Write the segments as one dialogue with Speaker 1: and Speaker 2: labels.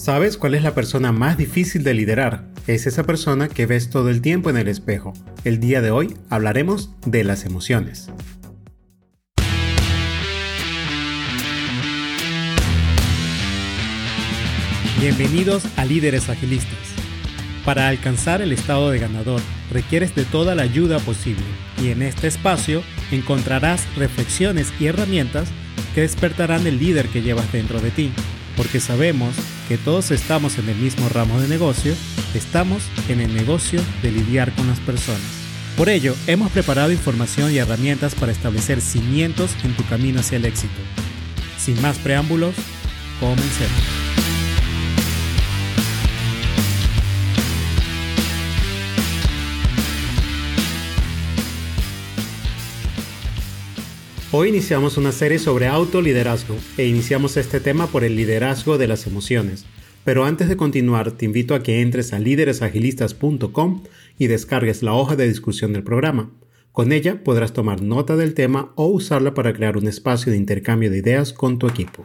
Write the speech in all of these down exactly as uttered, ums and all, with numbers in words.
Speaker 1: ¿Sabes cuál es la persona más difícil de liderar? Es esa persona que ves todo el tiempo en el espejo. El día de hoy hablaremos de las emociones. Bienvenidos a Líderes Agilistas. Para alcanzar el estado de ganador, requieres de toda la ayuda posible y en este espacio encontrarás reflexiones y herramientas que despertarán el líder que llevas dentro de ti, porque sabemos que todos estamos en el mismo ramo de negocio, estamos en el negocio de lidiar con las personas. Por ello, hemos preparado información y herramientas para establecer cimientos en tu camino hacia el éxito. Sin más preámbulos, comencemos. Hoy iniciamos una serie sobre autoliderazgo e iniciamos este tema por el liderazgo de las emociones. Pero antes de continuar, te invito a que entres a líderes agilistas punto com y descargues la hoja de discusión del programa. Con ella podrás tomar nota del tema o usarla para crear un espacio de intercambio de ideas con tu equipo.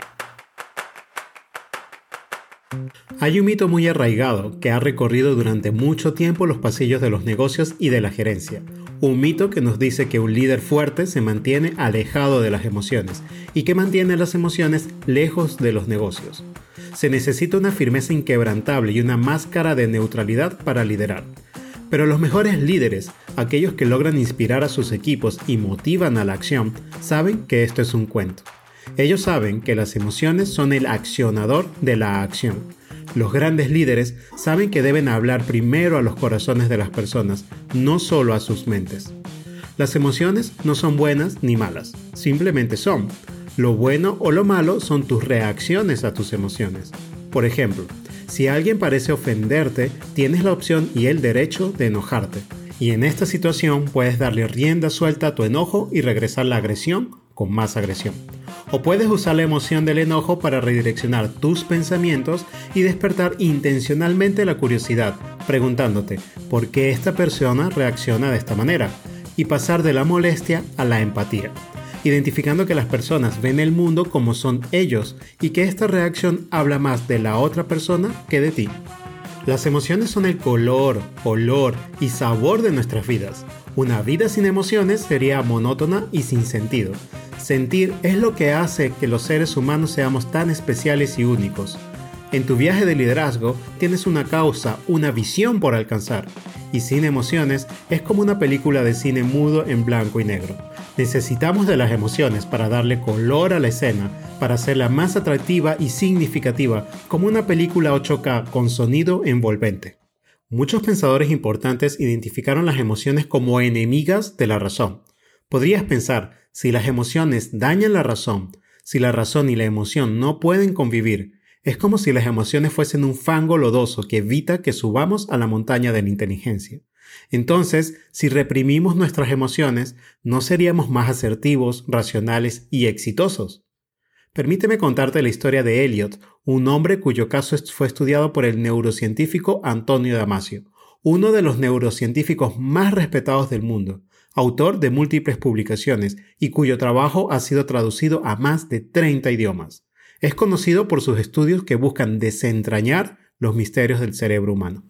Speaker 1: Hay un mito muy arraigado que ha recorrido durante mucho tiempo los pasillos de los negocios y de la gerencia. Un mito que nos dice que un líder fuerte se mantiene alejado de las emociones y que mantiene las emociones lejos de los negocios. Se necesita una firmeza inquebrantable y una máscara de neutralidad para liderar. Pero los mejores líderes, aquellos que logran inspirar a sus equipos y motivan a la acción, saben que esto es un cuento. Ellos saben que las emociones son el accionador de la acción. Los grandes líderes saben que deben hablar primero a los corazones de las personas, no solo a sus mentes. Las emociones no son buenas ni malas, simplemente son. Lo bueno o lo malo son tus reacciones a tus emociones. Por ejemplo, si alguien parece ofenderte, tienes la opción y el derecho de enojarte. Y en esta situación puedes darle rienda suelta a tu enojo y regresar la agresión con más agresión. O puedes usar la emoción del enojo para redireccionar tus pensamientos y despertar intencionalmente la curiosidad, preguntándote ¿por qué esta persona reacciona de esta manera? Y pasar de la molestia a la empatía, identificando que las personas ven el mundo como son ellos y que esta reacción habla más de la otra persona que de ti. Las emociones son el color, olor y sabor de nuestras vidas. Una vida sin emociones sería monótona y sin sentido. Sentir es lo que hace que los seres humanos seamos tan especiales y únicos. En tu viaje de liderazgo tienes una causa, una visión por alcanzar. Y sin emociones es como una película de cine mudo en blanco y negro. Necesitamos de las emociones para darle color a la escena, para hacerla más atractiva y significativa, como una película ocho K con sonido envolvente. Muchos pensadores importantes identificaron las emociones como enemigas de la razón. Podrías pensar, si las emociones dañan la razón, si la razón y la emoción no pueden convivir, es como si las emociones fuesen un fango lodoso que evita que subamos a la montaña de la inteligencia. Entonces, si reprimimos nuestras emociones, ¿no seríamos más asertivos, racionales y exitosos? Permíteme contarte la historia de Elliot, un hombre cuyo caso fue estudiado por el neurocientífico Antonio Damasio, uno de los neurocientíficos más respetados del mundo, autor de múltiples publicaciones y cuyo trabajo ha sido traducido a más de treinta idiomas. Es conocido por sus estudios que buscan desentrañar los misterios del cerebro humano.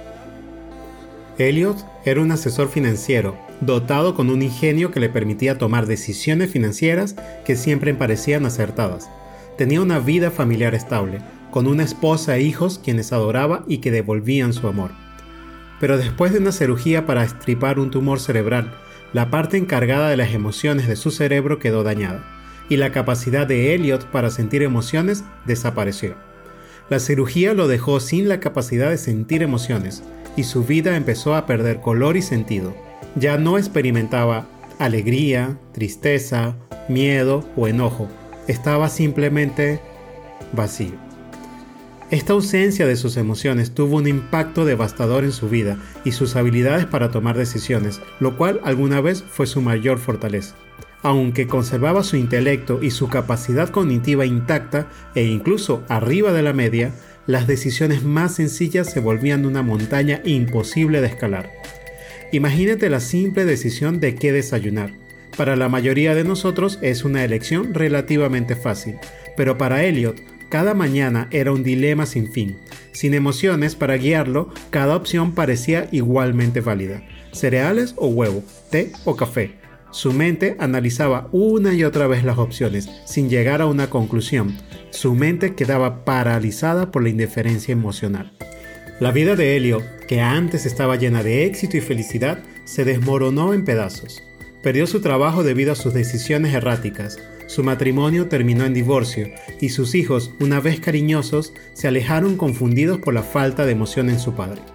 Speaker 1: Elliot era un asesor financiero, dotado con un ingenio que le permitía tomar decisiones financieras que siempre parecían acertadas. Tenía una vida familiar estable, con una esposa e hijos quienes adoraba y que devolvían su amor. Pero después de una cirugía para extirpar un tumor cerebral, la parte encargada de las emociones de su cerebro quedó dañada, y la capacidad de Elliot para sentir emociones desapareció. La cirugía lo dejó sin la capacidad de sentir emociones, y su vida empezó a perder color y sentido. Ya no experimentaba alegría, tristeza, miedo o enojo. Estaba simplemente vacío. Esta ausencia de sus emociones tuvo un impacto devastador en su vida y sus habilidades para tomar decisiones, lo cual alguna vez fue su mayor fortaleza. Aunque conservaba su intelecto y su capacidad cognitiva intacta e incluso arriba de la media, las decisiones más sencillas se volvían una montaña imposible de escalar. Imagínate la simple decisión de qué desayunar. Para la mayoría de nosotros es una elección relativamente fácil, pero para Elliot cada mañana era un dilema sin fin. Sin emociones para guiarlo, cada opción parecía igualmente válida. Cereales o huevo, té o café. Su mente analizaba una y otra vez las opciones, sin llegar a una conclusión. Su mente quedaba paralizada por la indiferencia emocional. La vida de Elliot, que antes estaba llena de éxito y felicidad, se desmoronó en pedazos. Perdió su trabajo debido a sus decisiones erráticas. Su matrimonio terminó en divorcio y sus hijos, una vez cariñosos, se alejaron confundidos por la falta de emoción en su padre.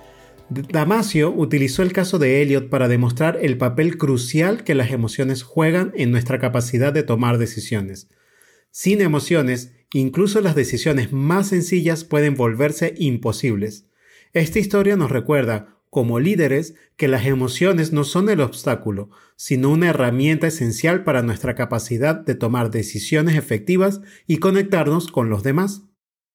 Speaker 1: Damasio utilizó el caso de Elliot para demostrar el papel crucial que las emociones juegan en nuestra capacidad de tomar decisiones. Sin emociones, incluso las decisiones más sencillas pueden volverse imposibles. Esta historia nos recuerda, como líderes, que las emociones no son el obstáculo, sino una herramienta esencial para nuestra capacidad de tomar decisiones efectivas y conectarnos con los demás.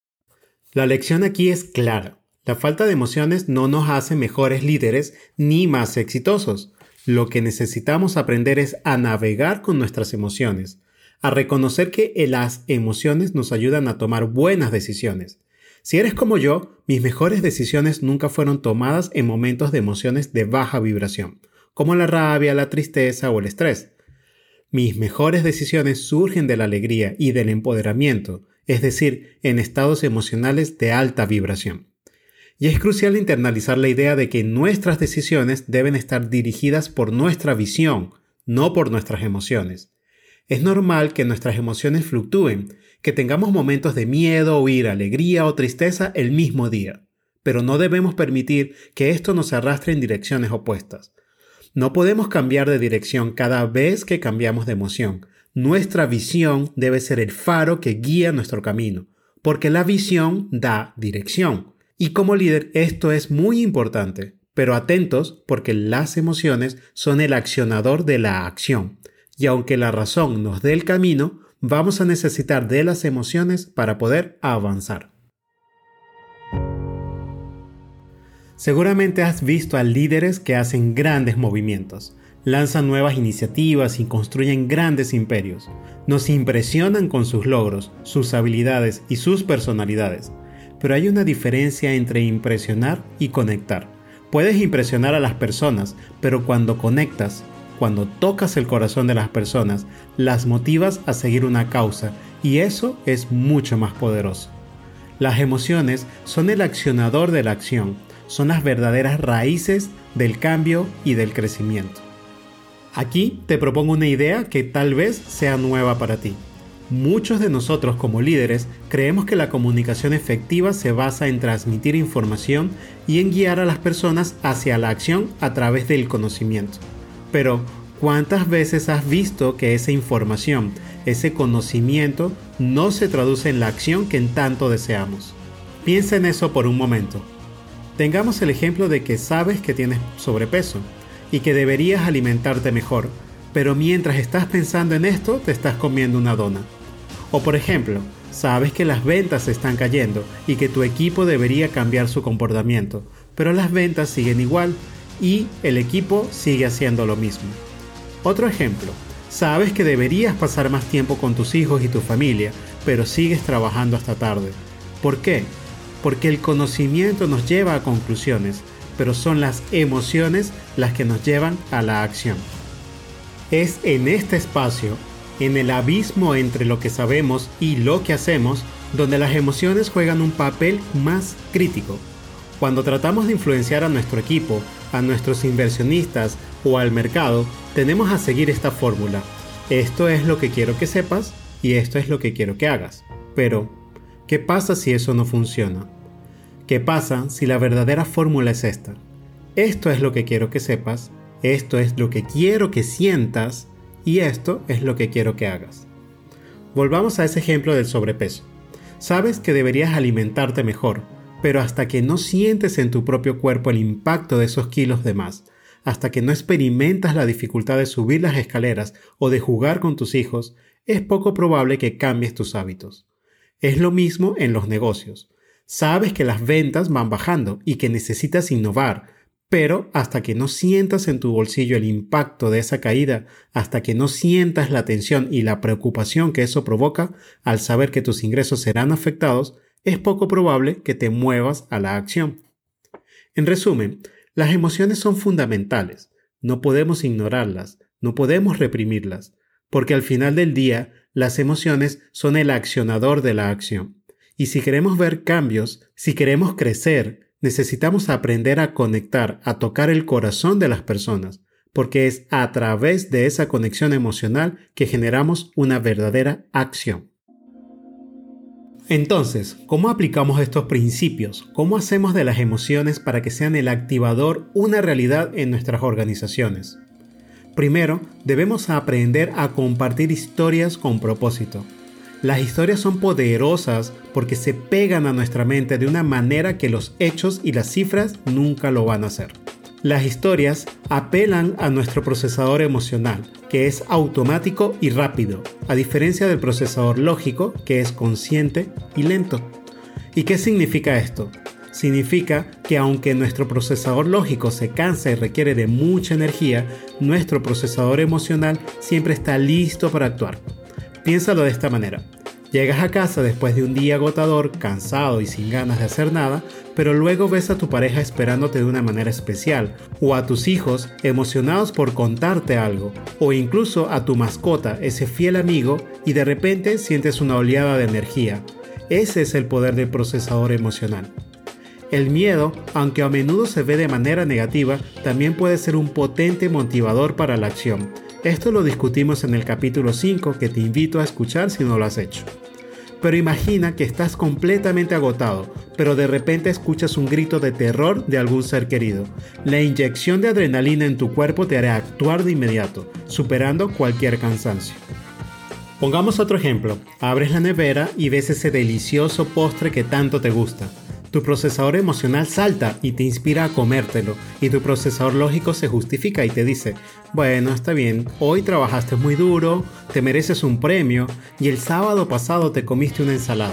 Speaker 1: La lección aquí es clara. La falta de emociones no nos hace mejores líderes ni más exitosos. Lo que necesitamos aprender es a navegar con nuestras emociones, a reconocer que las emociones nos ayudan a tomar buenas decisiones. Si eres como yo, mis mejores decisiones nunca fueron tomadas en momentos de emociones de baja vibración, como la rabia, la tristeza o el estrés. Mis mejores decisiones surgen de la alegría y del empoderamiento, es decir, en estados emocionales de alta vibración. Y es crucial internalizar la idea de que nuestras decisiones deben estar dirigidas por nuestra visión, no por nuestras emociones. Es normal que nuestras emociones fluctúen, que tengamos momentos de miedo, ira, alegría o tristeza el mismo día, pero no debemos permitir que esto nos arrastre en direcciones opuestas. No podemos cambiar de dirección cada vez que cambiamos de emoción. Nuestra visión debe ser el faro que guía nuestro camino, porque la visión da dirección. Y como líder esto es muy importante, pero atentos porque las emociones son el accionador de la acción. Y aunque la razón nos dé el camino, vamos a necesitar de las emociones para poder avanzar. Seguramente has visto a líderes que hacen grandes movimientos, lanzan nuevas iniciativas y construyen grandes imperios. Nos impresionan con sus logros, sus habilidades y sus personalidades. Pero hay una diferencia entre impresionar y conectar. Puedes impresionar a las personas, pero cuando conectas, cuando tocas el corazón de las personas, las motivas a seguir una causa, y eso es mucho más poderoso. Las emociones son el accionador de la acción, son las verdaderas raíces del cambio y del crecimiento. Aquí te propongo una idea que tal vez sea nueva para ti. Muchos de nosotros como líderes creemos que la comunicación efectiva se basa en transmitir información y en guiar a las personas hacia la acción a través del conocimiento. Pero, ¿cuántas veces has visto que esa información, ese conocimiento, no se traduce en la acción que en tanto deseamos? Piensa en eso por un momento. Tengamos el ejemplo de que sabes que tienes sobrepeso y que deberías alimentarte mejor, pero mientras estás pensando en esto, te estás comiendo una dona. O por ejemplo, sabes que las ventas están cayendo y que tu equipo debería cambiar su comportamiento, pero las ventas siguen igual y el equipo sigue haciendo lo mismo. Otro ejemplo, sabes que deberías pasar más tiempo con tus hijos y tu familia, pero sigues trabajando hasta tarde. ¿Por qué? Porque el conocimiento nos lleva a conclusiones, pero son las emociones las que nos llevan a la acción. Es en este espacio, en el abismo entre lo que sabemos y lo que hacemos, donde las emociones juegan un papel más crítico. Cuando tratamos de influenciar a nuestro equipo, a nuestros inversionistas o al mercado, tenemos a seguir esta fórmula. Esto es lo que quiero que sepas y esto es lo que quiero que hagas. Pero, ¿qué pasa si eso no funciona? ¿Qué pasa si la verdadera fórmula es esta? Esto es lo que quiero que sepas, esto es lo que quiero que sientas y esto es lo que quiero que hagas. Volvamos a ese ejemplo del sobrepeso. Sabes que deberías alimentarte mejor, pero hasta que no sientes en tu propio cuerpo el impacto de esos kilos de más, hasta que no experimentas la dificultad de subir las escaleras o de jugar con tus hijos, es poco probable que cambies tus hábitos. Es lo mismo en los negocios. Sabes que las ventas van bajando y que necesitas innovar, Pero hasta que no sientas en tu bolsillo el impacto de esa caída, hasta que no sientas la tensión y la preocupación que eso provoca al saber que tus ingresos serán afectados, es poco probable que te muevas a la acción. En resumen, las emociones son fundamentales. No podemos ignorarlas, no podemos reprimirlas, porque al final del día, las emociones son el accionador de la acción. Y si queremos ver cambios, si queremos crecer, necesitamos aprender a conectar, a tocar el corazón de las personas, porque es a través de esa conexión emocional que generamos una verdadera acción. Entonces, ¿cómo aplicamos estos principios? ¿Cómo hacemos de las emociones para que sean el activador una realidad en nuestras organizaciones? Primero, debemos aprender a compartir historias con propósito. Las historias son poderosas porque se pegan a nuestra mente de una manera que los hechos y las cifras nunca lo van a hacer. Las historias apelan a nuestro procesador emocional, que es automático y rápido, a diferencia del procesador lógico, que es consciente y lento. ¿Y qué significa esto? Significa que aunque nuestro procesador lógico se cansa y requiere de mucha energía, nuestro procesador emocional siempre está listo para actuar. Piénsalo de esta manera. Llegas a casa después de un día agotador, cansado y sin ganas de hacer nada, pero luego ves a tu pareja esperándote de una manera especial, o a tus hijos emocionados por contarte algo, o incluso a tu mascota, ese fiel amigo, y de repente sientes una oleada de energía. Ese es el poder del procesador emocional. El miedo, aunque a menudo se ve de manera negativa, también puede ser un potente motivador para la acción. Esto lo discutimos en el capítulo cinco, que te invito a escuchar si no lo has hecho. Pero imagina que estás completamente agotado, pero de repente escuchas un grito de terror de algún ser querido. La inyección de adrenalina en tu cuerpo te hará actuar de inmediato, superando cualquier cansancio. Pongamos otro ejemplo. Abres la nevera y ves ese delicioso postre que tanto te gusta. Tu procesador emocional salta y te inspira a comértelo, y tu procesador lógico se justifica y te dice: bueno, está bien, hoy trabajaste muy duro, te mereces un premio, y el sábado pasado te comiste una ensalada.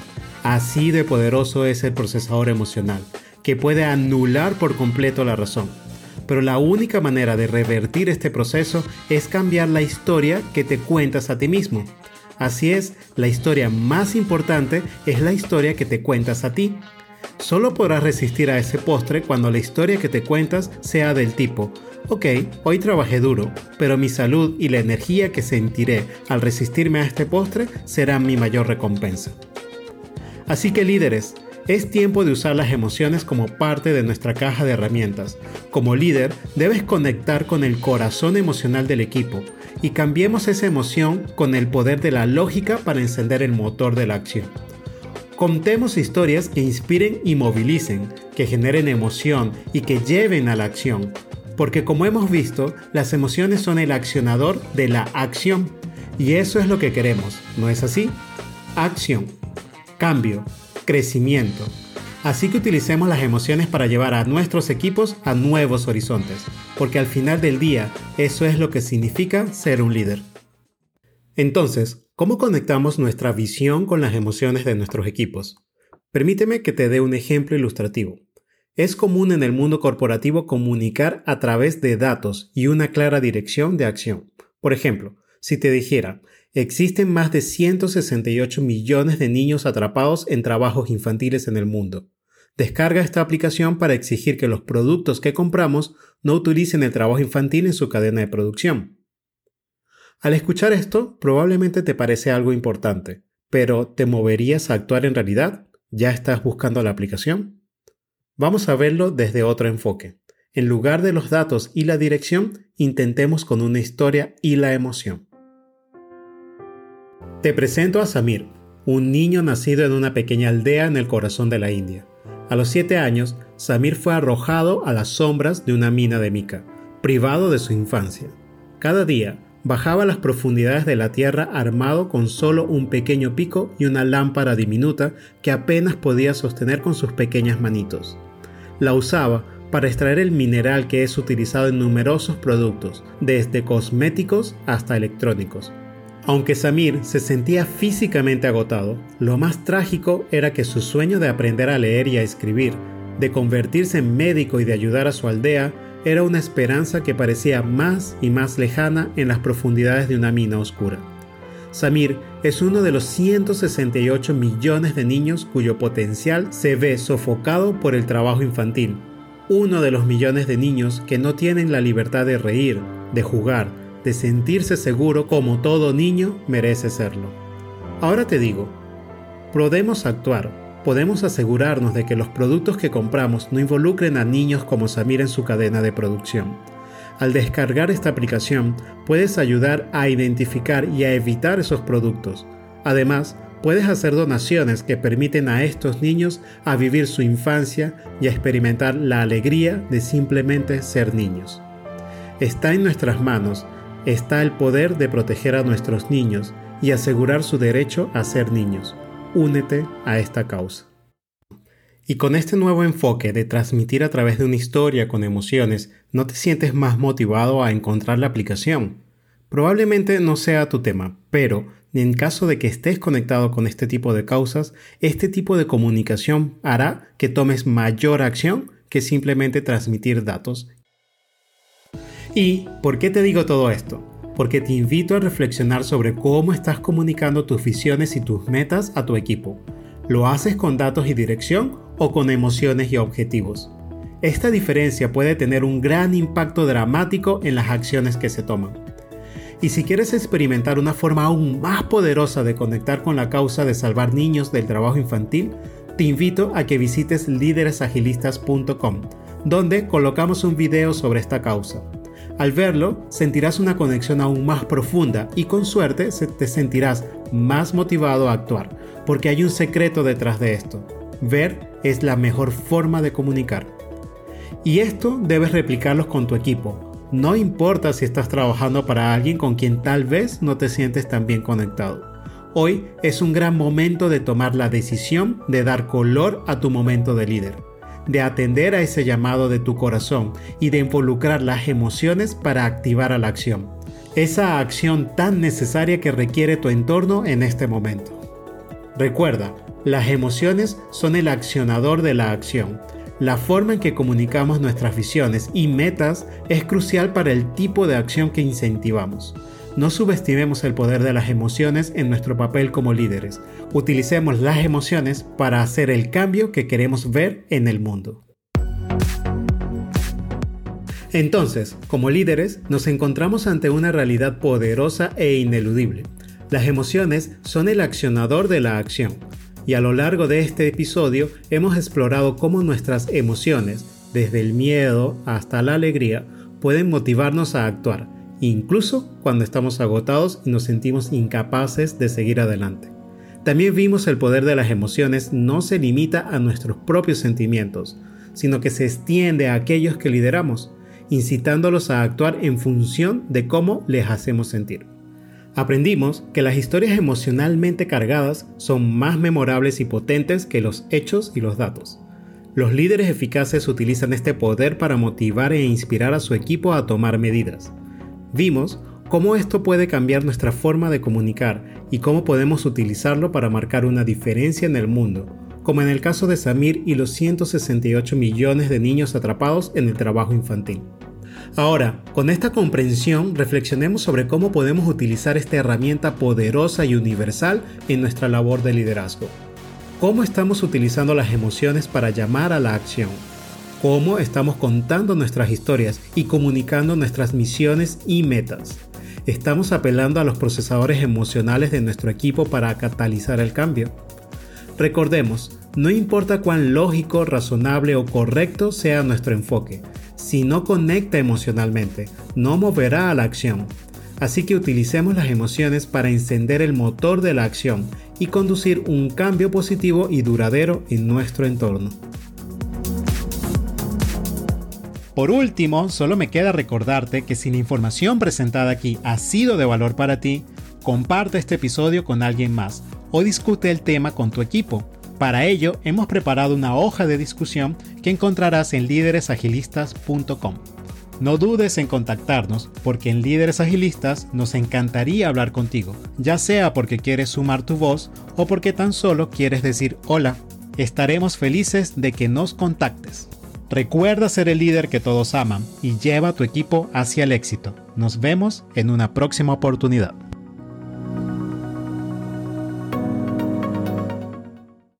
Speaker 1: Así de poderoso es el procesador emocional, que puede anular por completo la razón. Pero la única manera de revertir este proceso es cambiar la historia que te cuentas a ti mismo. Así es, la historia más importante es la historia que te cuentas a ti. Solo podrás resistir a ese postre cuando la historia que te cuentas sea del tipo: ok, hoy trabajé duro, pero mi salud y la energía que sentiré al resistirme a este postre serán mi mayor recompensa. Así que líderes, es tiempo de usar las emociones como parte de nuestra caja de herramientas. Como líder, debes conectar con el corazón emocional del equipo y cambiemos esa emoción con el poder de la lógica para encender el motor de la acción. Contemos historias que inspiren y movilicen, que generen emoción y que lleven a la acción. Porque como hemos visto, las emociones son el accionador de la acción. Y eso es lo que queremos, ¿no es así? Acción, cambio, crecimiento. Así que utilicemos las emociones para llevar a nuestros equipos a nuevos horizontes. Porque al final del día, eso es lo que significa ser un líder. Entonces, ¿cómo conectamos nuestra visión con las emociones de nuestros equipos? Permíteme que te dé un ejemplo ilustrativo. Es común en el mundo corporativo comunicar a través de datos y una clara dirección de acción. Por ejemplo, si te dijera: existen más de ciento sesenta y ocho millones de niños atrapados en trabajos infantiles en el mundo. Descarga esta aplicación para exigir que los productos que compramos no utilicen el trabajo infantil en su cadena de producción. Al escuchar esto, probablemente te parece algo importante, pero ¿te moverías a actuar en realidad? ¿Ya estás buscando la aplicación? Vamos a verlo desde otro enfoque. En lugar de los datos y la dirección, intentemos con una historia y la emoción. Te presento a Samir, un niño nacido en una pequeña aldea en el corazón de la India. A los siete años, Samir fue arrojado a las sombras de una mina de mica, privado de su infancia. Cada día, bajaba a las profundidades de la tierra armado con solo un pequeño pico y una lámpara diminuta que apenas podía sostener con sus pequeñas manitos. La usaba para extraer el mineral que es utilizado en numerosos productos, desde cosméticos hasta electrónicos. Aunque Samir se sentía físicamente agotado, lo más trágico era que su sueño de aprender a leer y a escribir de convertirse en médico y de ayudar a su aldea, era una esperanza que parecía más y más lejana en las profundidades de una mina oscura. Samir es uno de los ciento sesenta y ocho millones de niños cuyo potencial se ve sofocado por el trabajo infantil. Uno de los millones de niños que no tienen la libertad de reír, de jugar, de sentirse seguro como todo niño merece serlo. Ahora te digo, podemos actuar, podemos asegurarnos de que los productos que compramos no involucren a niños como Samir en su cadena de producción. Al descargar esta aplicación, puedes ayudar a identificar y a evitar esos productos. Además, puedes hacer donaciones que permiten a estos niños a vivir su infancia y a experimentar la alegría de simplemente ser niños. Está en nuestras manos, está el poder de proteger a nuestros niños y asegurar su derecho a ser niños. Únete a esta causa. Y con este nuevo enfoque de transmitir a través de una historia con emociones, ¿no te sientes más motivado a encontrar la aplicación? Probablemente no sea tu tema, pero en caso de que estés conectado con este tipo de causas, este tipo de comunicación hará que tomes mayor acción que simplemente transmitir datos. ¿Y por qué te digo todo esto? Porque te invito a reflexionar sobre cómo estás comunicando tus visiones y tus metas a tu equipo. ¿Lo haces con datos y dirección o con emociones y objetivos? Esta diferencia puede tener un gran impacto dramático en las acciones que se toman. Y si quieres experimentar una forma aún más poderosa de conectar con la causa de salvar niños del trabajo infantil, te invito a que visites líderes agilistas punto com, donde colocamos un video sobre esta causa. Al verlo, sentirás una conexión aún más profunda y con suerte te sentirás más motivado a actuar, porque hay un secreto detrás de esto. Ver es la mejor forma de comunicar. Y esto debes replicarlo con tu equipo. No importa si estás trabajando para alguien con quien tal vez no te sientes tan bien conectado. Hoy es un gran momento de tomar la decisión de dar color a tu momento de líder, de atender a ese llamado de tu corazón y de involucrar las emociones para activar a la acción. Esa acción tan necesaria que requiere tu entorno en este momento. Recuerda, las emociones son el accionador de la acción. La forma en que comunicamos nuestras visiones y metas es crucial para el tipo de acción que incentivamos. No subestimemos el poder de las emociones en nuestro papel como líderes. Utilicemos las emociones para hacer el cambio que queremos ver en el mundo. Entonces, como líderes, nos encontramos ante una realidad poderosa e ineludible. Las emociones son el accionador de la acción. Y a lo largo de este episodio hemos explorado cómo nuestras emociones, desde el miedo hasta la alegría, pueden motivarnos a actuar, incluso cuando estamos agotados y nos sentimos incapaces de seguir adelante. También vimos el poder de las emociones no se limita a nuestros propios sentimientos, sino que se extiende a aquellos que lideramos, incitándolos a actuar en función de cómo les hacemos sentir. Aprendimos que las historias emocionalmente cargadas son más memorables y potentes que los hechos y los datos. Los líderes eficaces utilizan este poder para motivar e inspirar a su equipo a tomar medidas. Vimos cómo esto puede cambiar nuestra forma de comunicar y cómo podemos utilizarlo para marcar una diferencia en el mundo, como en el caso de Samir y los ciento sesenta y ocho millones de niños atrapados en el trabajo infantil. Ahora, con esta comprensión, reflexionemos sobre cómo podemos utilizar esta herramienta poderosa y universal en nuestra labor de liderazgo. ¿Cómo estamos utilizando las emociones para llamar a la acción? ¿Cómo estamos contando nuestras historias y comunicando nuestras misiones y metas? ¿Estamos apelando a los procesadores emocionales de nuestro equipo para catalizar el cambio? Recordemos, no importa cuán lógico, razonable o correcto sea nuestro enfoque, si no conecta emocionalmente, no moverá a la acción. Así que utilicemos las emociones para encender el motor de la acción y conducir un cambio positivo y duradero en nuestro entorno. Por último, solo me queda recordarte que si la información presentada aquí ha sido de valor para ti, comparte este episodio con alguien más o discute el tema con tu equipo. Para ello, hemos preparado una hoja de discusión que encontrarás en líderes agilistas punto com. No dudes en contactarnos porque en Líderes Agilistas nos encantaría hablar contigo, ya sea porque quieres sumar tu voz o porque tan solo quieres decir hola. Estaremos felices de que nos contactes. Recuerda ser el líder que todos aman y lleva a tu equipo hacia el éxito. Nos vemos en una próxima oportunidad.